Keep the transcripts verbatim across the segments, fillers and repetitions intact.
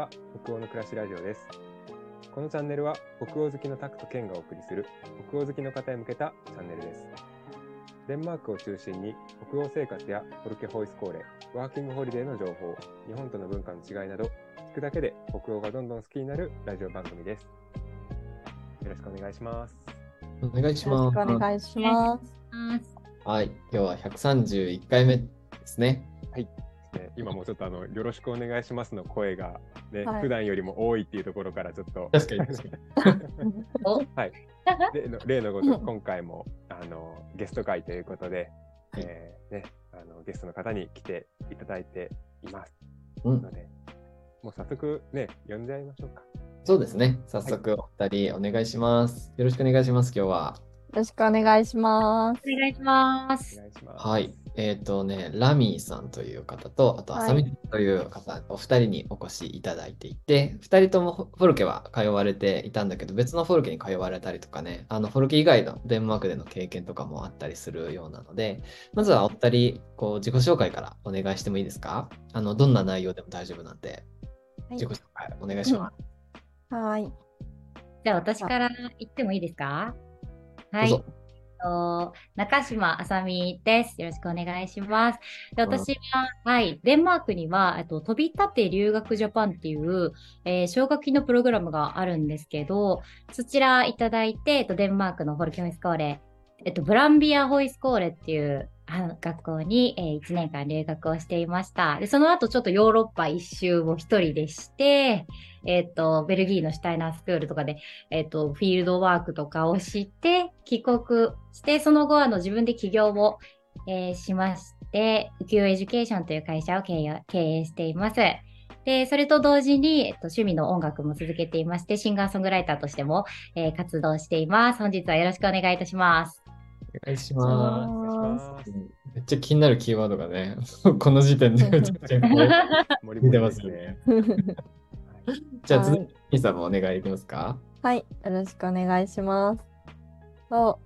は北欧の暮らしラジオです。このチャンネルは北欧好きのタクとケンがお送りする北欧好きの方へ向けたチャンネルです。デンマークを中心に北欧生活やフォルケホイスコーレ、ワーキングホリデーの情報、日本との文化の違いなど聞くだけで北欧がどんどん好きになるラジオ番組です。よろしくお願いします。 お願いしよろます。 しくお願いします。 はい、今日はひゃくさんじゅういっかいめですね。 はい。ね、今もちょっとあのよろしくお願いしますの声が、ね、 はい、 普段よりも多いっていうところからちょっと確かに確かにはい、例の例のごとく今回もあのゲスト会ということで、はい、えーね、あのゲストの方に来ていただいています、うん、のでもう早速ね呼んじゃいましょうか。 そうですね、早速お二人お願いします、はい、よろしくお願いします。今日はよろしくお願いします。 お願いします。 はい、えっ、ー、とね、ラミーさんという方と、あと、あさみさんという方、はい、お二人にお越しいただいていて、二人ともフォルケは通われていたんだけど、別のフォルケに通われたりとかね、あのフォルケ以外のデンマークでの経験とかもあったりするようなので、まずはお二人、こう自己紹介からお願いしてもいいですか？あのどんな内容でも大丈夫なんで、はい、自己紹介お願いします。 うん、はい。 じゃあ私から言ってもいいですか？はい。中島あさみです。よろしくお願いします。で私は、はい、デンマークにはと飛び立て留学ジャパンっていう、えー、奨学金のプログラムがあるんですけど、そちらいただいて、えっと、デンマークのフォルケホイスコーレ、えっと、ブランビアホイスコーレっていう学校に、えー、いちねんかん留学をしていました。でその後ちょっとヨーロッパ一周を一人でして、えっと、ベルギーのシュタイナースクールとかで、えっと、フィールドワークとかをして帰国して、その後あの自分で起業を、えー、しまして、ウキューエデュケーションという会社を経営、経営しています。で、それと同時に、えっと、趣味の音楽も続けていまして、シンガーソングライターとしても、えー、活動しています。本日はよろしくお願いいたします。 お願いします。めっちゃ気になるキーワードがね、この時点でめちゃくちゃ見てますね。じゃあ続いてミサもお願いできますか？ はい、よろしくお願いします。そう、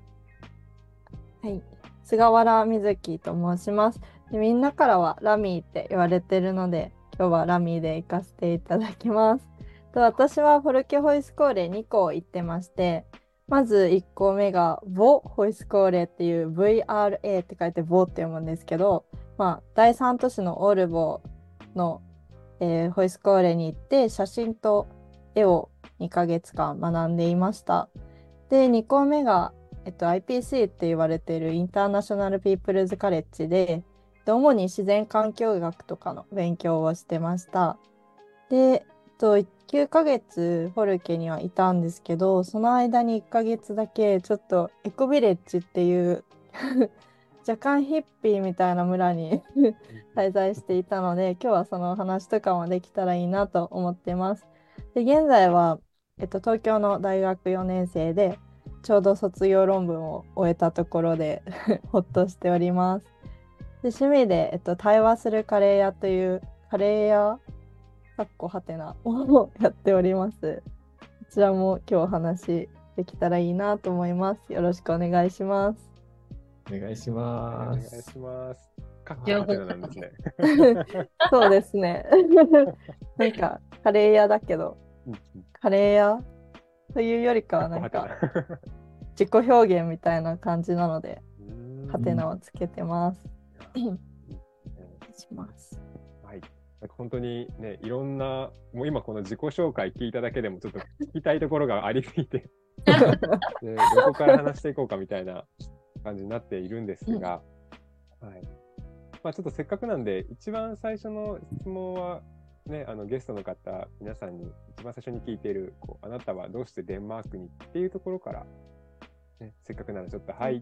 はい、菅原瑞希と申します。でみんなからはラミーって言われてるので、今日はラミーで行かせていただきます。と私はフォルケホイスコーレにこ行ってまして、まずいっこめがボホイスコーレっていう ブイアールエー って書いてボって読むんですけど、まあ、だいさん都市のオールボの、えー、ホイスコーレに行って写真と絵をにかげつかん学んでいました。でにこめが、えっと、アイピーシー って言われているインターナショナルピープルズカレッジで、主に自然環境学とかの勉強をしてました。でときゅうかげつフォルケにはいたんですけど、その間にいっかげつだけちょっとエコビレッジっていう若干ヒッピーみたいな村に滞在していたので、今日はその話とかもできたらいいなと思ってます。で現在は、えっと、東京の大学よねん生でちょうど卒業論文を終えたところでほっとしております。で趣味で、えっと、対話するカレー屋というカレー屋かっこはてなをやっております。こちらも今日お話できたらいいなと思います。よろしくお願いします。 お願いします。 お願いします。かっこはてななんですね。 そうですね。なんかカレー屋だけど、カレー屋というよりかはなんか自己表現みたいな感じなので、はてなをつけてます。お願いします。 はい。本当にね、いろんな、もう今この自己紹介聞いただけでもちょっと聞きたいところがありすぎて、ね、どこから話していこうかみたいな感じになっているんですが、うんはいまあ、ちょっとせっかくなんで、一番最初の質問は、ね、あのゲストの方、皆さんに一番最初に聞いている、こうあなたはどうしてデンマークにっていうところから、ね、せっかくならちょっと入って、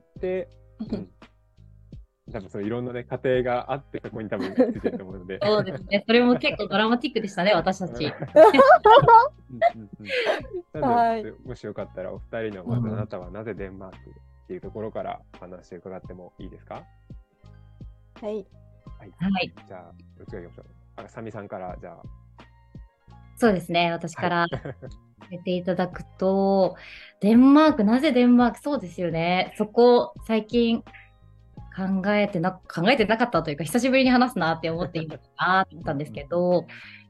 うん多分そういろんなね過程があってそこに多分ついてると思うのでそうですね、それも結構ドラマチックでしたね、私たち。うんうんうん、なので、もしよかったらお二人のまずあなたはなぜデンマークっていうところからお話を伺ってもいいですか？ はい。 はい。はい、 じゃあどっちがいきましょう。あさみさんからじゃあ。 そうですね、私から言っていただくと、はい、デンマーク、なぜデンマーク、そうですよね。そこ最近。考えてな考えてなかったというか、久しぶりに話すなって思っていたなと思ったんですけど、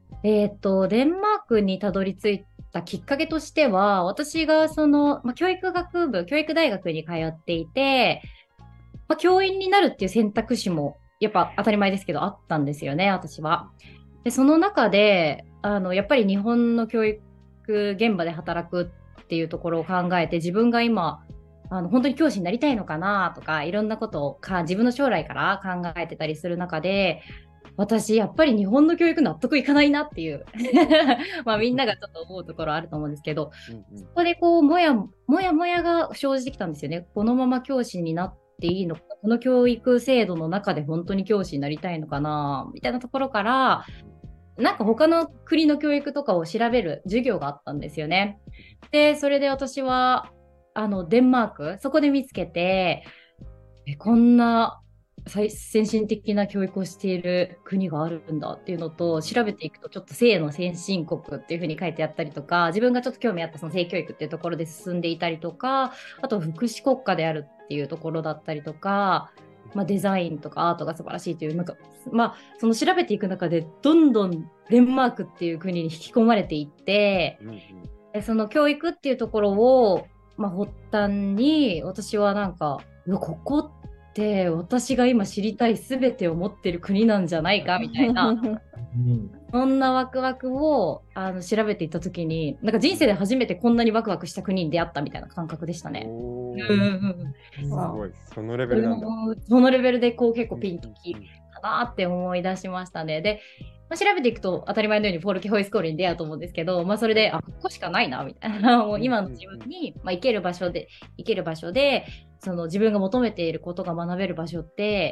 えっと、デンマークにたどり着いたきっかけとしては、私がその、まあ、教育学部、教育大学に通っていて、まあ、教員になるっていう選択肢も、やっぱ当たり前ですけど、あったんですよね、私は。で、その中で、あの、やっぱり日本の教育現場で働くっていうところを考えて、自分が今、あの、本当に教師になりたいのかなとか、いろんなことをか、自分の将来から考えてたりする中で、私、やっぱり日本の教育納得いかないなっていうまあみんながちょっと思うところあると思うんですけど、 うんそこでこう、もやもやもやが生じてきたんですよね。このまま教師になっていいのか、この教育制度の中で本当に教師になりたいのかな、みたいなところから、なんか他の国の教育とかを調べる授業があったんですよね。で、それで私は、あの、デンマーク、そこで見つけて、え、こんな最先進的な教育をしている国があるんだっていうのと、調べていくとちょっと性の先進国っていうふうに書いてあったりとか、自分がちょっと興味あったその性教育っていうところで進んでいたりとか、あと福祉国家であるっていうところだったりとか、まあ、デザインとかアートが素晴らしいという、なんか、まあ、その調べていく中で、どんどんデンマークっていう国に引き込まれていって、 うんうんでその教育っていうところを、まあ、発端に、私はなんか、うわここって私が今知りたい全てを持ってる国なんじゃないかみたいな、 うんそんなワクワクをあの調べていった時に、なんか人生で初めてこんなにワクワクした国に出会ったみたいな感覚でしたね。 おーうんうんうんすわごい、そのレベルなんだ。 そのレベルでこう結構ピンときたなって思い出しましたね。で、まあ、調べていくと当たり前のようにフォルケホイスコールに出会うと思うんですけど、まあ、それで、あ、ここしかないなみたいな、もう今の自分に、まあ、行ける場所で、行ける場所で、その自分が求めていることが学べる場所って、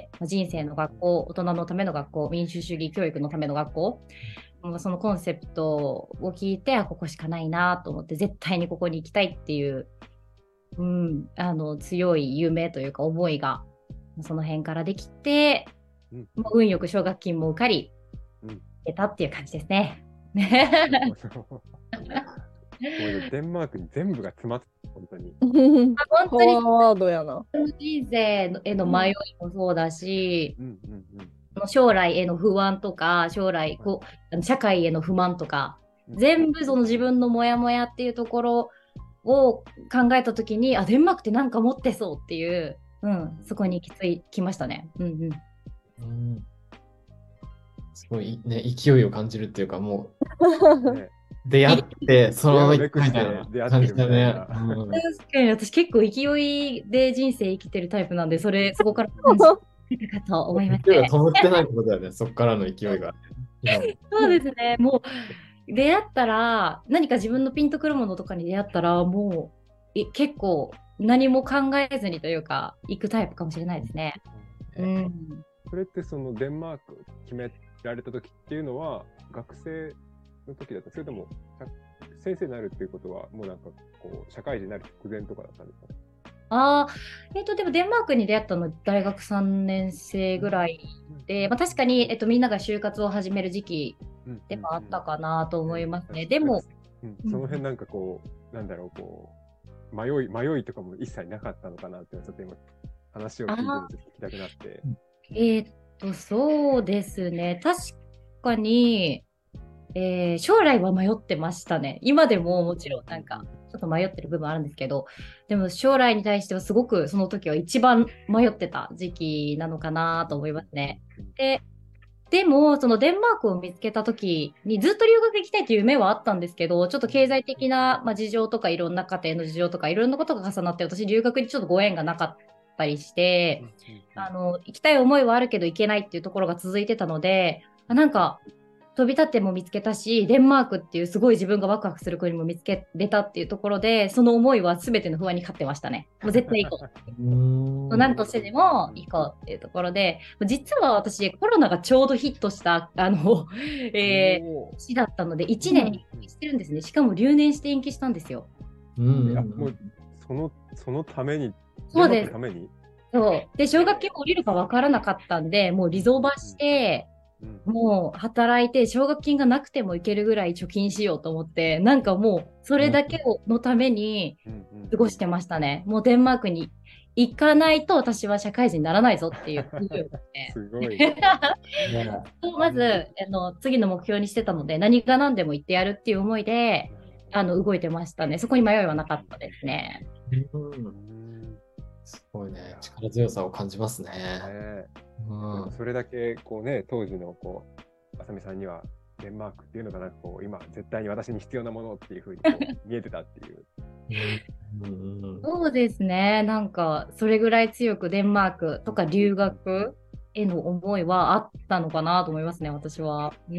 まあ、人生の学校、大人のための学校、民主主義教育のための学校、まあそのコンセプトを聞いて、あ、ここしかないなと思って、絶対にここに行きたいっていう、うん、あの強い夢というか思いがその辺からできて、 うんまあ運よく奨学金も受かり、 うん出たっていう感じですね。 もうデンマークに全部が詰まってた、本当に。 本当にパワーワードやな。 人生への迷いもそうだし、 うんうん将来への不安とか、将来こうあの社会への不満とか、 うん。 全部その自分のモヤモヤっていうところを考えたときに、あ、デンマークってなんか持ってそうっていう、うん、そこに行き着きましたね。うんうん。 うんすごいね、勢いを感じるっていうか、もうね出会って、そのまま行くみたい出会なうべくして感じだね。 出会ってるみたいうん確かに私結構勢いで人生生きてるタイプなんで、それ、そこから感じてたかと思いますね。 勢いが止まってないことだよね、そこからの勢いが。 そうですね。もう出会ったら、何か自分のピンとくるものとかに出会ったら、もうい結構何も考えずにというか、行くタイプかもしれないですね。うん。 それってそのデンマーク決められた時っていうのは学生の時だった、それとも先生になるっていうことはもうなんかこう社会人になる直前とかだったんですかね。 ああ、えっと、でもデンマークに出会ったの大学さんねん生ぐらいで、まあ、確かに、えっと、みんなが就活を始める時期でもあったかなと思いますね。でも、 うん、その辺なんかこう、なんだろう、こう、迷い、迷いとかも一切なかったのかなっていうのはちょっと今話を聞いてると聞きたくなって。 えーっと、そうですね。確かに、えー将来は迷ってましたね。今でももちろんなんかちょっと迷ってる部分あるんですけど、でも将来に対してはすごくその時は一番迷ってた時期なのかなと思いますね。で、でもそのデンマークを見つけた時にずっと留学行きたいという夢はあったんですけど、ちょっと経済的な、まあ、事情とかいろんな家庭の事情とかいろんなことが重なって私留学にちょっとご縁がなかったりして、あの行きたい思いはあるけど行けないっていうところが続いてたので、あなんか飛び立っても見つけたし、デンマークっていうすごい自分がワクワクする国も見つけれたっていうところで、その思いは全ての不安に勝ってましたね。もう絶対行こう。 うん何としてでも行こうっていうところで、実は私、コロナがちょうどヒットした、あの、えー、 おー年だったので、いちねん延期してるんですね。しかも留年して延期したんですよ。 うんいやもうそのそのために、 そうですデンマークのために。 そう。で、奨学金も降りるか分からなかったんで、もうリゾバして、 うんもう働いて奨学金がなくてもいけるぐらい貯金しようと思って、なんかもうそれだけをのためにうんうん過ごしてましたね。もうデンマークに行かないと私は社会人にならないぞっていう思いを持ってすごい。 ねまずあの次の目標にしてたので、何が何でも言ってやるっていう思いであの動いてましたね。そこに迷いはなかったですね。 ううんんすごいね。力強さを感じますね。 ねうんそれだけこうね、当時のこう、あさみさんにはデンマークっていうのがなんかこう、今絶対に私に必要なものっていうふうにこう見えてたっていう。 うんうんそうですね。なんかそれぐらい強くデンマークとか留学への思いはあったのかなと思いますね、私は。うん。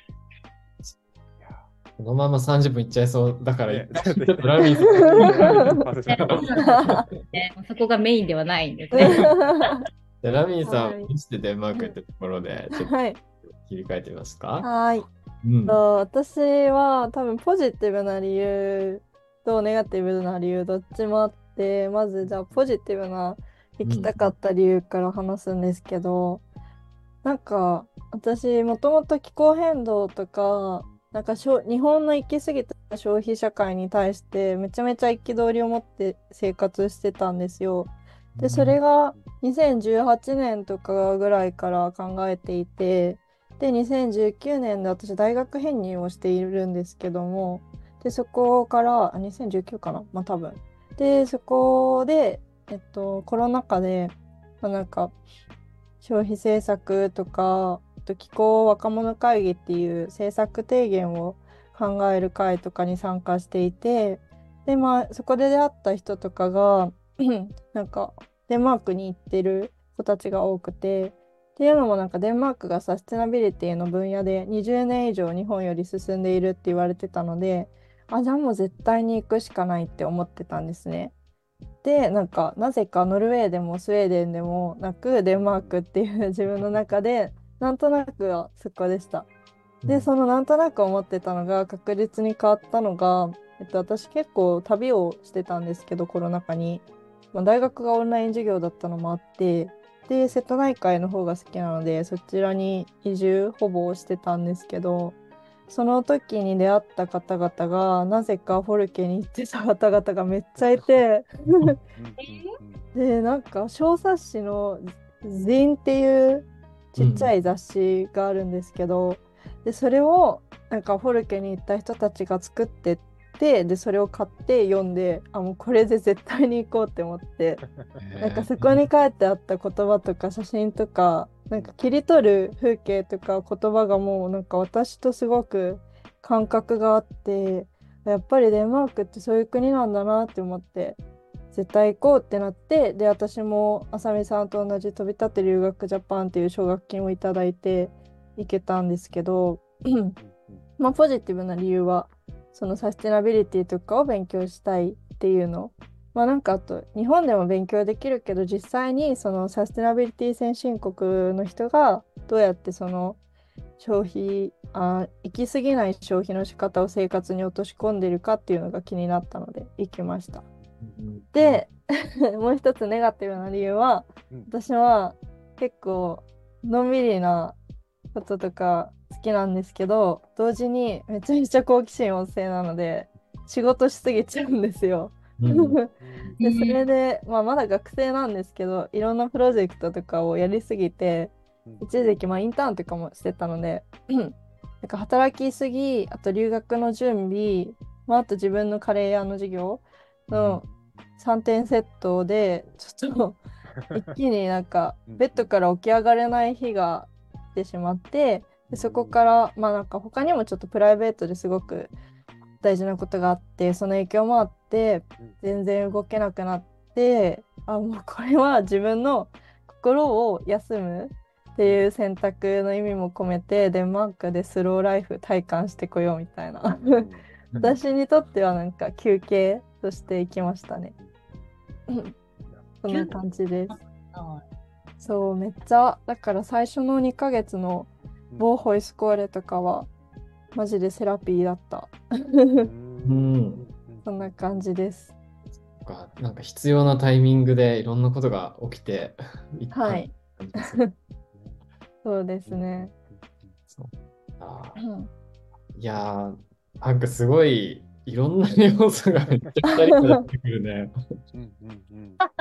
このままさんじゅっぷんいっちゃいそうだから、 ねちょっとラミーさんパスしましょうねそこがメインではないんですね。 じゃあラミーさん、 はいどうしてデンマークってところで、ちょっとはい。 切り替えてみますか？ はい。 うん。 と私は多分ポジティブな理由とネガティブな理由どっちもあって、まずじゃあポジティブな行きたかった理由から話すんですけど、なんか私もともと気候変動とかなんかしょ日本の行き過ぎた消費社会に対してめちゃめちゃ憤りを持って生活してたんですよ。でそれがにせんじゅうはちねんとかぐらいから考えていて、でにせんじゅうきゅうねんで私大学編入をしているんですけども、でそこからあにせんじゅうきゅうかな、まあ多分でそこで、えっと、コロナ禍で、まあ、なんか消費政策とかあと気候若者会議っていう政策提言を考える会とかに参加していて、でまあそこで出会った人とかがなんかデンマークに行ってる子たちが多くて、っていうのもなんかデンマークがサステナビリティの分野でにじゅうねん以上日本より進んでいるって言われてたので、あじゃあもう絶対に行くしかないって思ってたんですね。でなんかなぜかノルウェーでもスウェーデンでもなくデンマークっていう自分の中でなんとなくはそこでした。でそのなんとなく思ってたのが確実に変わったのが、えっと、私結構旅をしてたんですけどコロナ禍に、まあ、大学がオンライン授業だったのもあって、で瀬戸内海の方が好きなのでそちらに移住ほぼしてたんですけど、その時に出会った方々がなぜかフォルケに行ってた方々がめっちゃいてでなんか小冊子の「ゼイン」っていうちっちゃい雑誌があるんですけど、でそれをなんかフォルケに行った人たちが作ってって、でそれを買って読んで、あもうこれで絶対に行こうって思って、なんかそこに書いてあった言葉とか写真とかなんか切り取る風景とか言葉がもうなんか私とすごく感覚があって、やっぱりデンマークってそういう国なんだなって思って絶対行こうってなって、で私もあさみさんと同じ飛び立て留学ジャパンっていう奨学金をいただいて行けたんですけどまあポジティブな理由はそのサステナビリティとかを勉強したいっていうの、まあなんかあと日本でも勉強できるけど実際にそのサステナビリティ先進国の人がどうやってその消費あ行き過ぎない消費の仕方を生活に落とし込んでいるかっていうのが気になったので行きました。でもう一つネガティブな理由は、私は結構のんびりなこととか好きなんですけど、同時にめちゃめちゃ好奇心旺盛なので仕事しすぎちゃうんですよ。 うん、 でそれで、まあ、まだ学生なんですけどいろんなプロジェクトとかをやりすぎて、一時期まあインターンとかもしてたのでなんか働きすぎ、あと留学の準備、まあ、あと自分のカレー屋の授業のさんてんセットでちょっと一気になんかベッドから起き上がれない日が来てしまって、でそこからまあなんか他にもちょっとプライベートですごく大事なことがあって、その影響もあって全然動けなくなって、あもうこれは自分の心を休むっていう選択の意味も込めてデンマークでスローライフ体感してこようみたいな私にとってはなんか休憩として行きましたねそんな感じです。そうめっちゃだから最初のにかげつのボーホイスコーレとかはマジでセラピーだったうんそんな感じです。 なんか必要なタイミングでいろんなことが起きてはいそうですね。 そうあいやーなんかすごいいろんな要素がめっちゃふたりから出てくるね。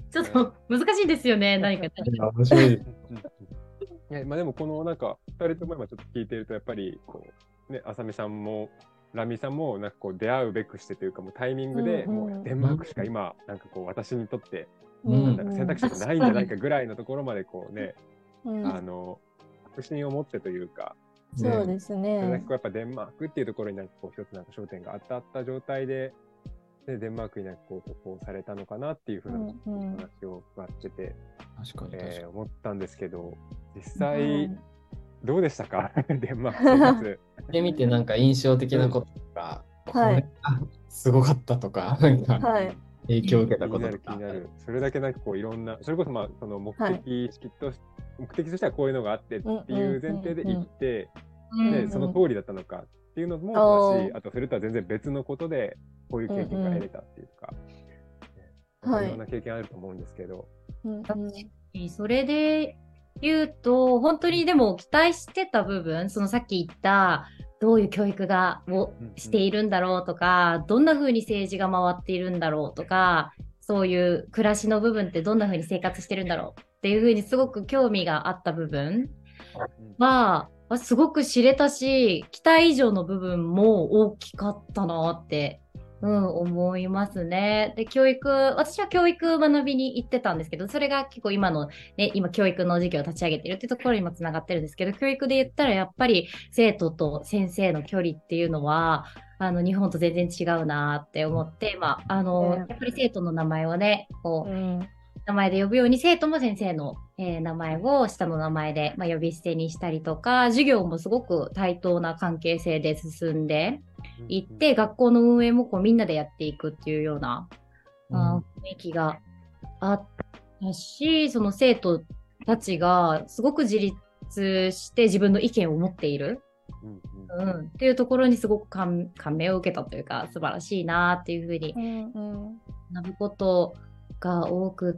ちょっと難しいですよね、何か。 いや面白いです。 うんうんいやまあ、でもこのなんかふたりとも今ちょっと聞いてるとやっぱりこうねあさみさんもラミさんもなんかこう出会うべくしてというかもうタイミングでうんうんもうデンマークしか今なんかこう私にとってうんなんだろう選択肢がないんじゃないかぐらいのところまでこうねうんあの確信を持ってというかそうですそれだけねこうやっぱデンマークっていうところになんかこう一つなんか焦点があったあった状態ででデンマークになんかこう渡航されたのかなっていうふうなうんうん話を伺ってて、 確かに確かに。 えー思ったんですけど実う際んどうでしたかデンマーク生活。 で見てなんか印象的なこととか、 はいこれがすごかったとか、なんかはい影響を受け気になる気たこととか。 になる。それだけなんかこういろんな、それこそまあその目はい的意識とし、目的としてはこういうのがあってっていう前提で行って、 うんで、 んその通りだったのかっていうのもだし、 おーあとそれとは全然別のことでこういう経験が得れたっていうか、 うんうんいろんな経験あると思うんですけど。 うんうんそれで言うと、本当にでも期待してた部分、そのさっき言ったどういう教育がをしているんだろうとか、どんな風に政治が回っているんだろうとか、そういう暮らしの部分ってどんな風に生活してるんだろうっていう風にすごく興味があった部分は、すごく知れたし、期待以上の部分も大きかったなって、うん、思いますね。で、教育、私は教育学びに行ってたんですけど、それが結構今の、ね、今教育の授業を立ち上げてるってところにもつながってるんですけど、教育で言ったらやっぱり生徒と先生の距離っていうのは、あの、日本と全然違うなって思って、まあ、あの、やっぱり生徒の名前をね、こう、 うん名前で呼ぶように生徒も先生の、えー名前を下の名前で、まあ、呼び捨てにしたりとか授業もすごく対等な関係性で進んでいって学校の運営もこうみんなでやっていくっていうような、あー雰囲気があったしその生徒たちがすごく自立して自分の意見を持っている、 うんうんうん、っていうところにすごく感感銘を受けたというか素晴らしいなっていうふうにうんうん学ぶことが多くって、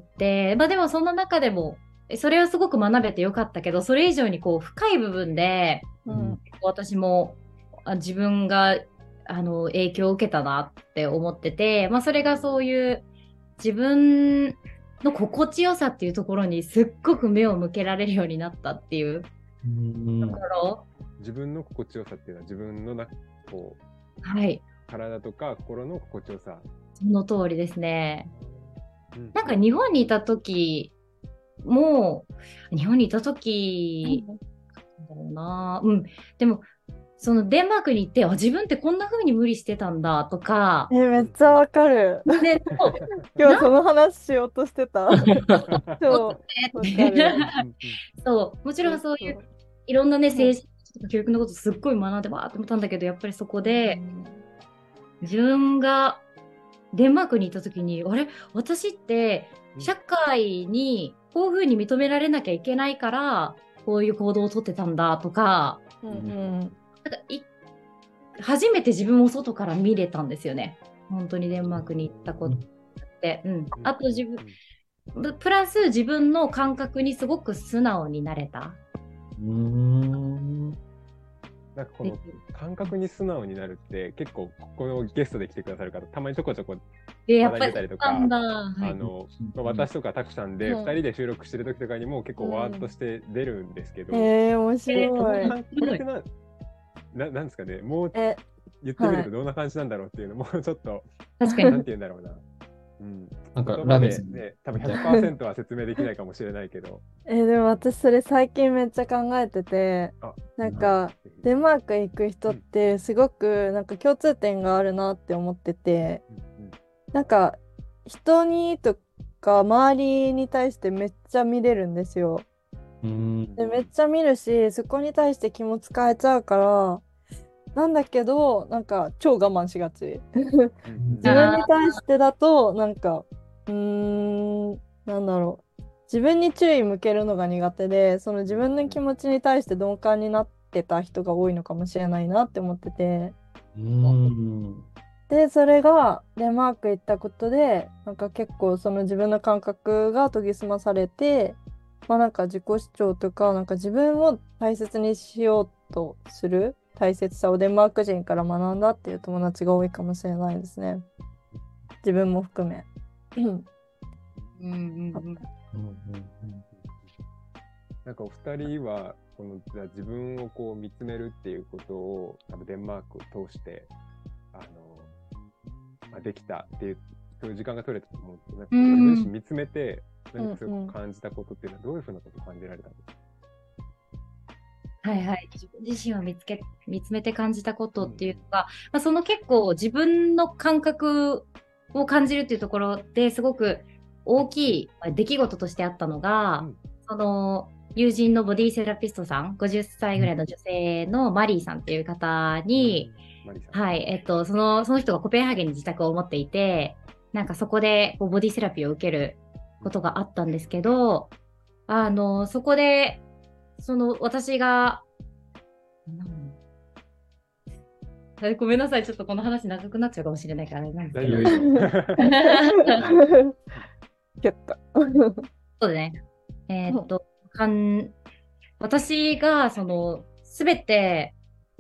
まあでもそんな中でも、それはすごく学べてよかったけど、それ以上にこう深い部分で、 うん私もあ自分があの影響を受けたなって思ってて、まあそれがそういう自分の心地よさっていうところにすっごく目を向けられるようになったっていううんところ、 自分の心地よさっていうのは自分のなこうはい、 体とか心の心地よさ。 その通りですね。 うんなんか日本にいた時も、日本にいた時、なんだろうな、うん、でも、そのデンマークに行って、あ、自分ってこんな風に無理してたんだとか、 えめっちゃわかるで、そう今日その話しようとしてた超わかるそう、もちろんそういういろんなね、政治とか教育のことすっごい学んでわーって思ったんだけど、やっぱりそこで自分がデンマークにいた時に、あれ、私って社会にこういう風に認められなきゃいけないから、こういう行動をとってたんだとか、 うんうんなんかい初めて自分を外から見れたんですよね。本当にデンマークに行ったことって。うん、あと自分、プラス自分の感覚にすごく素直になれた。 うんなんかこの感覚に素直になるって結構ここのゲストで来てくださる方たまにちょこちょこで、やっぱり話題出たりとかなんだ。はいあのまあ私とかたくさんでうんふたりで収録してる時とかにも結構わーっとして出るんですけど、 えー、面こ白い。 の感これってなななんですかねもうえ、 言ってみるはいとどんな感じなんだろうっていうのもちょっと確かに。 なんて言うんだろうな。うんなんか言葉でラメさんね、多分ひゃくパーセントは説明できないかもしれないけど。 えーでも私それ最近めっちゃ考えてて、 あなんかデンマーク行く人ってすごくなんか共通点があるなって思ってて、 うんうんなんか人にとか周りに対してめっちゃ見れるんですよ。 うんでめっちゃ見るし、そこに対して気も使えちゃうからなんだけどなんか超我慢しがち。 うんうん自分に対してだとなんかうーんなんだろう自分に注意向けるのが苦手で、その自分の気持ちに対して鈍感になってた人が多いのかもしれないなって思ってて、 うんでそれがデンマーク行ったことでなんか結構その自分の感覚が研ぎ澄まされて、まあなんか自己主張とかなんか自分を大切にしようとする大切さをデンマーク人から学んだっていう友達が多いかもしれないですね。自分も含め。うんうんうんうんうんうんなんかお二人はこのじゃあ自分をこう見つめるっていうことを多分デンマークを通してあの、まあ、できたっていうそういう時間が取れたと思うんですけど、なんかうん自分自身見つめて何かすごく感じたことっていうのはどういうふうなことを感じられたんですか？ はいはい、自分自身を見つけ見つめて感じたことっていうのが、まあ、その結構自分の感覚を感じるっていうところですごく大きい出来事としてあったのが、 うんその友人のボディセラピストさん、ごじゅっさいぐらいの女性のマリーさんっていう方に、 マリーさん。 はい、えっと、その、その人がコペンハーゲンに自宅を持っていて、なんかそこでこうボディセラピーを受けることがあったんですけど、あの、そこで、その私が、なんごめんなさい、ちょっとこの話長くなっちゃうかもしれないからあれなんですけど。 大丈夫ですキュッと。 そうね。えーっと、かん私が、その、すべて、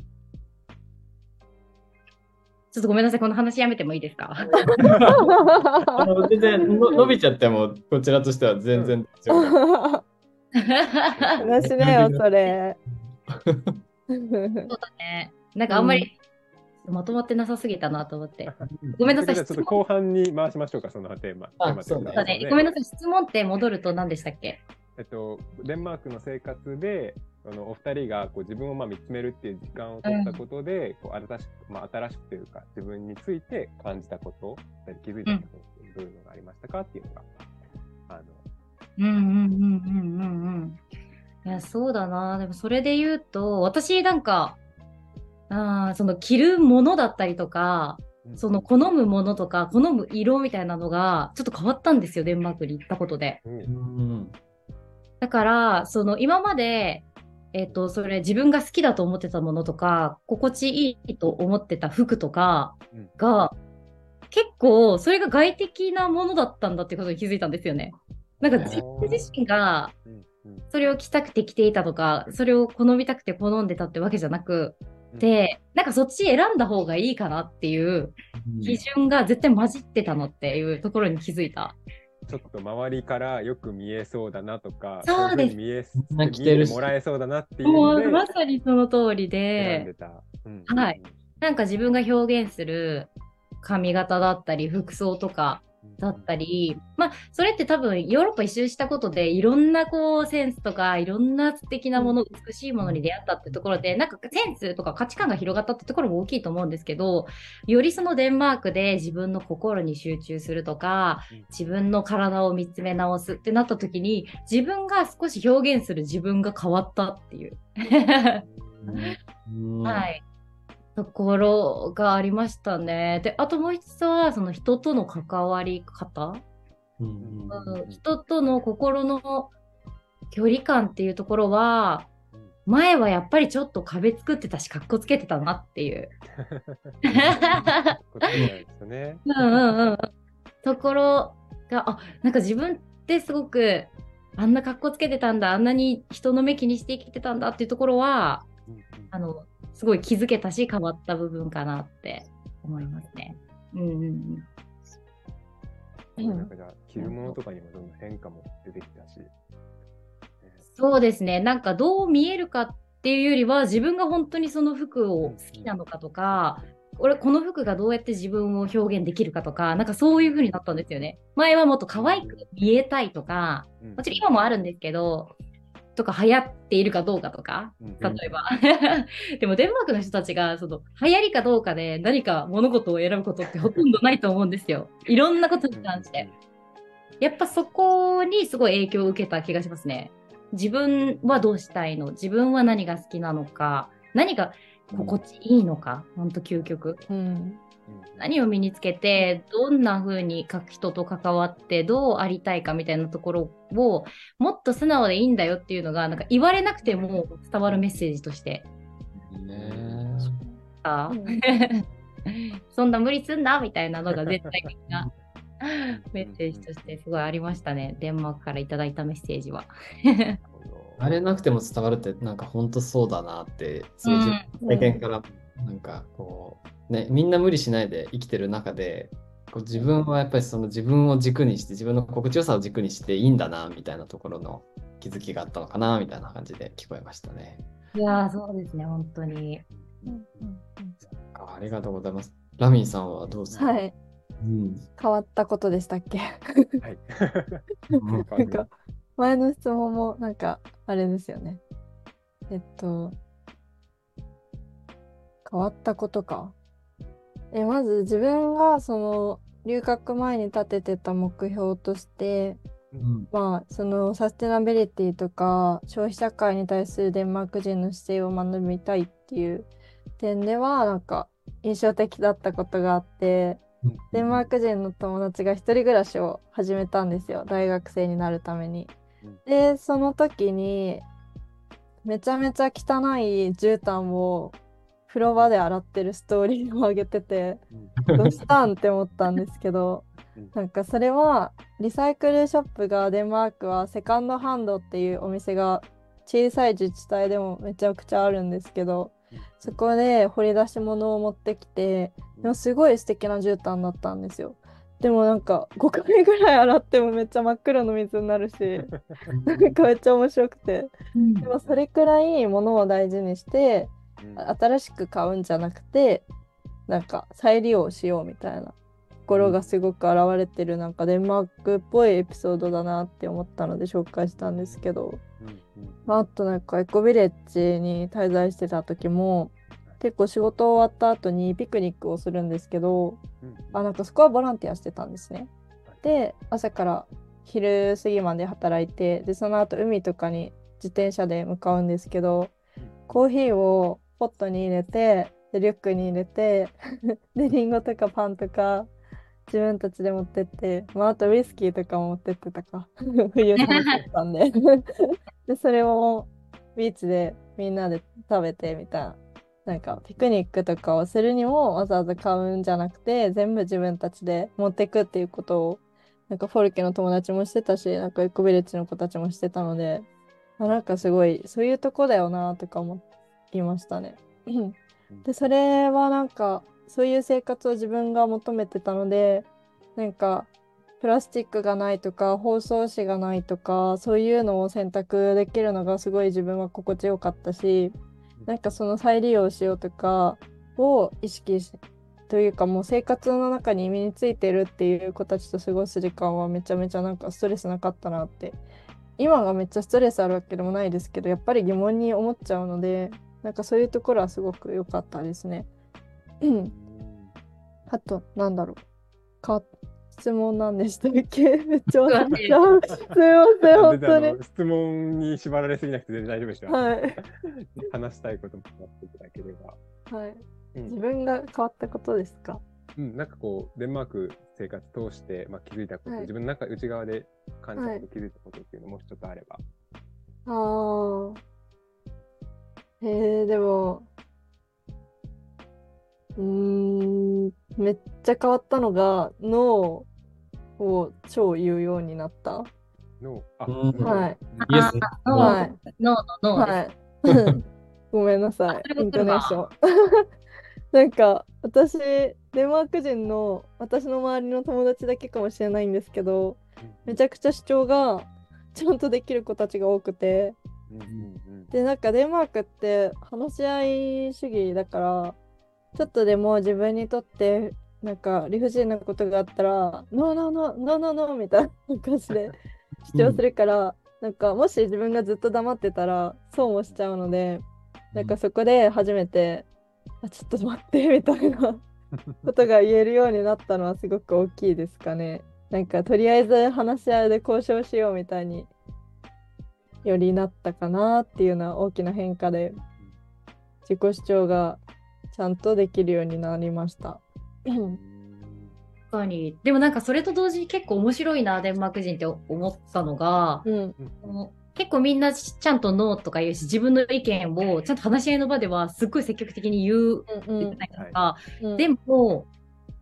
ちょっとごめんなさい、この話やめてもいいですか？ あの全然の伸びちゃってもこちらとしては全然大丈夫。 話しなよ、それ。 そうだね。なんかあんまりまとまってなさすぎたなと思って。ごめんなさい、 じゃあちょっと後半に回しましょうか、そのテーマ。 あテーマというかそうそうだね。ごめんなさい、質問って戻ると何でしたっけ？ えっと、デンマークの生活であのお二人がこう自分をまあ見つめるっていう時間を取ったことで、こう新しく、まあ、新しくというか自分について感じたこと気づいたこと、どういうのがありましたかっていうのがあのうんうんうんうんうんうん。いや、そうだな。でもそれで言うと、私なんか、あその着るものだったりとか、その好むものとか好む色みたいなのがちょっと変わったんですよ、デンマークに行ったことで。 うんだからその今まで、えっと、それ自分が好きだと思ってたものとか心地いいと思ってた服とかが、結構それが外的なものだったんだってことに気づいたんですよね。なんか自分自身がそれを着たくて着ていたとか、それを好みたくて好んでたってわけじゃなくて、なんかそっち選んだ方がいいかなっていう基準が絶対混じってたのっていうところに気づいた。 ちょっと周りからよく見えそうだなとか、 そうです。 見え着てるし見えてもらえそうだなっていうものでうまさにその通り選んでで、 た。うんはい。なんか自分が表現する髪型だったり服装とかだったり、まあそれって多分ヨーロッパ一周したことでいろんなこうセンスとかいろんな素敵なもの、美しいものに出会ったってところで、なんかセンスとか価値観が広がったってところも大きいと思うんですけど、よりそのデンマークで自分の心に集中するとか、自分の体を見つめ直すってなった時に、自分が少し表現する自分が変わったっていうはいところがありましたね。で、あともう一つはその人との関わり方、うんうん、人との心の距離感っていうところは、前はやっぱりちょっと壁作ってたし、かっこつけてたなっていうところが、あ、なんか自分ってすごくあんなかっこつけてたんだ、あんなに人の目気にして生きてたんだっていうところは、あのすごい気づけたし変わった部分かなって思いますね。うんうんうん。なんかじゃあ着るものとかにもどんどん変化も出てきたし。 そうですね。なんかどう見えるかっていうよりは、自分が本当にその服を好きなのかとか、俺この服がどうやって自分を表現できるかとか、なんかそういう風になったんですよね。前はもっと可愛く見えたいとか、もちろん今もあるんですけど、とか流行っているかどうかとか、例えばでもデンマークの人たちがその流行りかどうかで何か物事を選ぶことってほとんどないと思うんですよ。いろんなことに関してやっぱそこにすごい影響を受けた気がしますね。自分はどうしたいの、自分は何が好きなのか、何が心地いいのか、ほんと究極、うん、何を身につけてどんな風に人と関わってどうありたいかみたいなところをもっと素直でいいんだよっていうのがなんか言われなくても伝わるメッセージとしてねあ、うん、そんな無理すんなみたいなのが絶対的なメッセージとしてすごいありましたね。デンマークからいただいたメッセージはあれなくても伝わるってなんか本当そうだなってすごい自分の経験からなんかこうね、みんな無理しないで生きてる中でこう自分はやっぱりその自分を軸にして、自分の心地よさを軸にしていいんだな、みたいなところの気づきがあったのかな、みたいな感じで聞こえましたね。 いやー、そうですね、本当に。 うんうんあありがとうございます。ラミーさんはどうですか？ うんはい。 うん。 変わったことでしたっけ？ はい。 なんか、前の質問も、なんか、あれですよね。えっと、変わったことか。え、まず自分が、その、留学前に立ててた目標として、 うんまあ、そのサステナビリティとか消費社会に対するデンマーク人の姿勢を学びたいっていう点ではなんか印象的だったことがあって、デンマーク人の友達が一人暮らしを始めたんですよ、大学生になるために。で、その時にめちゃめちゃ汚い絨毯を風呂場で洗ってるストーリーを上げてて、どうしたんって思ったんですけど、なんかそれはリサイクルショップがデンマークはセカンドハンドっていうお店が小さい自治体でもめちゃくちゃあるんですけど、そこで掘り出し物を持ってきて、でもすごい素敵な絨毯だったんですよ。でもなんかごかいぐらい洗ってもめっちゃ真っ黒の水になるし、なんかめっちゃ面白くて、でもそれくらい物を大事にして新しく買うんじゃなくて、なんか再利用しようみたいなところがすごく現れてる、なんかデンマークっぽいエピソードだなって思ったので紹介したんですけど、あとなんかエコビレッジに滞在してた時も結構仕事終わった後にピクニックをするんですけど、あなんかそこはボランティアしてたんですね。で朝から昼過ぎまで働いて、でその後海とかに自転車で向かうんですけど、コーヒーをポットに入れて、でリュックに入れてでリンゴとかパンとか自分たちで持ってって、まあ、あとウイスキーとかも持ってってたか冬寒かったんででそれをビーチでみんなで食べてみたいな、なんかピクニックとかをするにもわざわざ買うんじゃなくて全部自分たちで持ってくっていうことをなんかフォルケの友達もしてたし、なんかエコビレッジの子たちもしてたので、あなんかすごいそういうとこだよなとか思いましたね。でそれはなんかそういう生活を自分が求めてたので、なんかプラスチックがないとか包装紙がないとかそういうのを選択できるのがすごい自分は心地よかったし、なんかその再利用しようとかを意識しというか、もう生活の中に身についてるっていう子たちと過ごす時間はめちゃめちゃなんかストレスなかったなって、今がめっちゃストレスあるわけでもないですけどやっぱり疑問に思っちゃうので、なんかそういうところはすごく良かったですね。あとなんだろうか質問なんでしたっけ？めっちゃ忘れちゃう。すいません、本当に。 質問に縛られすぎなくて全然大丈夫ですよ。 はい。 話したいこともやっていただければ。 はい。 うん、 自分が変わったことですか？ うん、なんかこう、デンマーク生活通して、まあ、気づいたこと、はい、自分の中、内側で感じたこと、気づいたことっていうのもう一つあれば。 ああ。へえ、でも、うーん、めっちゃ変わったのが、脳を超言うようになった。 脳あ、 はい。 ああ、はい。脳の脳です。 はい。ごめんなさい、イントネーション。なんか、私、デンマーク人の私の周りの友達だけかもしれないんですけど、めちゃくちゃ主張がちゃんとできる子たちが多くて、で、なんかデンマークって話し合い主義だから、ちょっとでも自分にとってなんか理不尽なことがあったら、ノーノーノーノーノーノーみたいな感じで主張するから、うん、なんかもし自分がずっと黙ってたらそうもしちゃうので、なんかそこで初めて、あ、ちょっと待ってみたいなことが言えるようになったのはすごく大きいですかね。なんかとりあえず話し合いで交渉しようみたいによりなったかなっていうのは大きな変化で、自己主張がちゃんとできるようになりました。 確かに。でもなんかそれと同時に結構面白いな、デンマーク人って思ったのが、うん、結構みんなちゃんとノーとか言うし、自分の意見をちゃんと話し合いの場ではすっごい積極的に言うじゃないですか。でも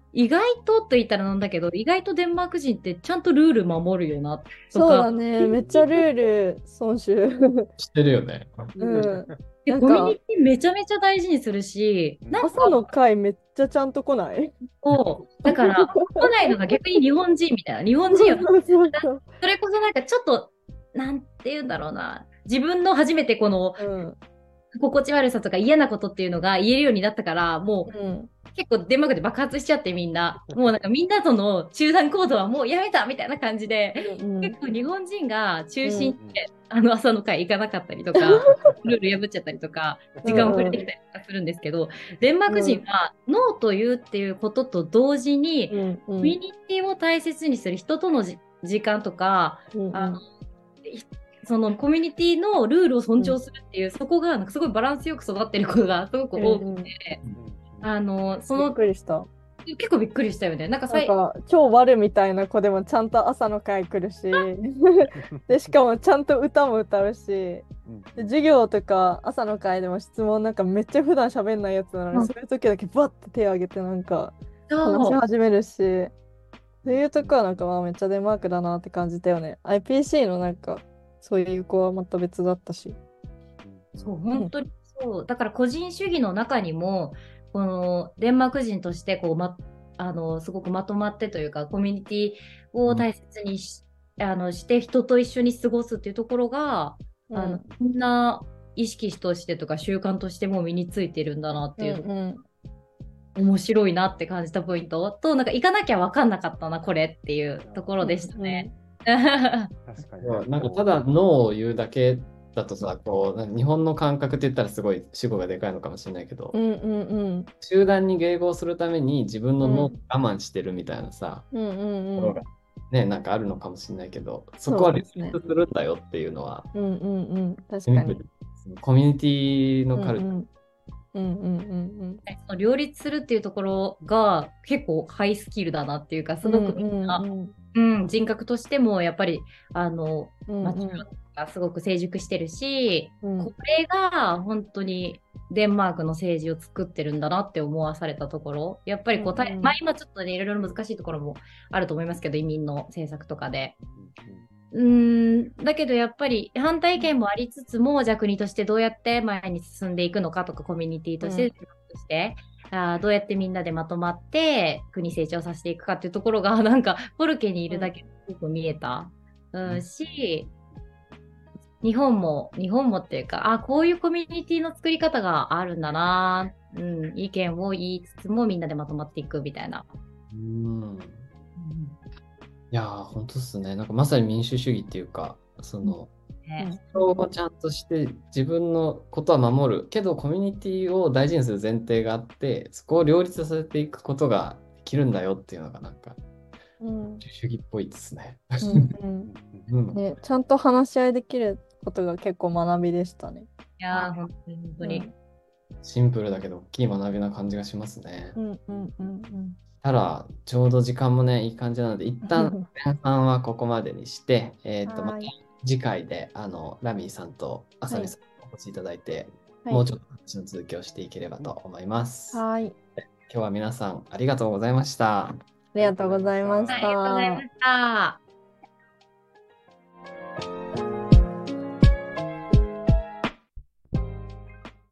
意外とと言ったらなんだけど、意外とデンマーク人ってちゃんとルール守るよなとそうだか、 ね。めっちゃルール遵守。 してるよね。 うん。 でなんか、 コミュニティめちゃめちゃ大事にするし、なんか朝の会めっちゃちゃんと来ない？ こう、だから、来ないのが逆に日本人みたいな、日本人はそうそうそう。 それこそなんかちょっと、なんて言うんだろうな、自分の初めてこのうん。 心地悪さとか嫌なことっていうのが言えるようになったから、もううん。 結構デンマークで爆発しちゃってみんな、もうなんかみんなとの集団行動はもうやめたみたいな感じで、 うん。 結構日本人が中心うんで、あの朝の会行かなかったりとか、ルール破っちゃったりとか、時間遅れてきたりとかするんですけど、デンマーク人はノーと言うっていうことと同時に、 うん。 コミュニティを大切にする人とのじ時間とか、 うん。 あのそのコミュニティのルールを尊重するっていう、そこがなんかすごいバランスよく育ってる子がすごく多くて、あのそびっのくりした。 結構びっくりしたよね。なんかさいなんか超悪みたいな子でもちゃんと朝の会来るしでしかもちゃんと歌も歌うし、で授業とか朝の会でも質問なんかめっちゃ普段喋んないやつなのに、 うんそういう時だけバッて手を挙げてなんか話しそう始めるし、そういうとこはなんかまあめっちゃデンマークだなって感じたよね。 アイピーシー のなんかそういう子はまた別だったし。 そう本当にそうだから個人主義の中にもこのデンマーク人としてこう、ま、あのすごくまとまってというかコミュニティを大切にし、うん、あのして人と一緒に過ごすっていうところが、うん、あのみんな意識としてとか習慣としても身についてるんだなっていう、うんうん、面白いなって感じたポイントと、なんか行かなきゃ分かんなかったなこれっていうところでしたね。 うんうん、確かになんかただノーを言うだけだとさ、こう日本の感覚って言ったらすごい主語がでかいのかもしれないけど、 うんうんうん、 集団に迎合するために自分のノーを我慢してるみたいなさ、 うんうんうん、 ところがね、なんかあるのかもしれないけど、そこはリスペクトするんだよっていうのは、 うんうんうん、確かにコミュニティのカルチャー、 うんうんうんうんうん、両立するっていうところが結構ハイスキルだなっていうか、すごくみんな、うんうんうん、人格としてもやっぱりあの、うんうん、がすごく成熟してるし、うん、これが本当にデンマークの政治を作ってるんだなって思わされたところ、やっぱりこう、うんうん、まあ、今ちょっとねいろいろ難しいところもあると思いますけど、移民の政策とかで。うーんだけどやっぱり反対意見もありつつも、じゃあ国としてどうやって前に進んでいくのかとか、コミュニティとして、うん、としてあどうやってみんなでまとまって国成長させていくかっていうところがなんかフォルケにいるだけですごく見えた、うんうん、し、日本も日本もっていうか、あこういうコミュニティの作り方があるんだな、うん、意見を言いつつもみんなでまとまっていくみたいな。 うんうんいやー、本当っすね。なんかまさに民主主義っていうか、その、人をちゃんとして自分のことは守るけど、コミュニティを大事にする前提があって、そこを両立させていくことができるんだよっていうのがなんか、民主主義っぽいですね。 うんうんね。ちゃんと話し合いできることが結構学びでしたね。 いやー、本当に本当に、うん。 シンプルだけど大きい学びな感じがしますね。 うんうんうんうんただ、ちょうど時間もね、いい感じなので、一旦前半はここまでにして、えっと、また次回で、あの、ラミーさんとあさみさんにお越しいただいて、はい、もうちょっと話の続きをしていければと思います。 はい。 今日は皆さんありがとうございました。 ありがとうございました。 ありがとうございました。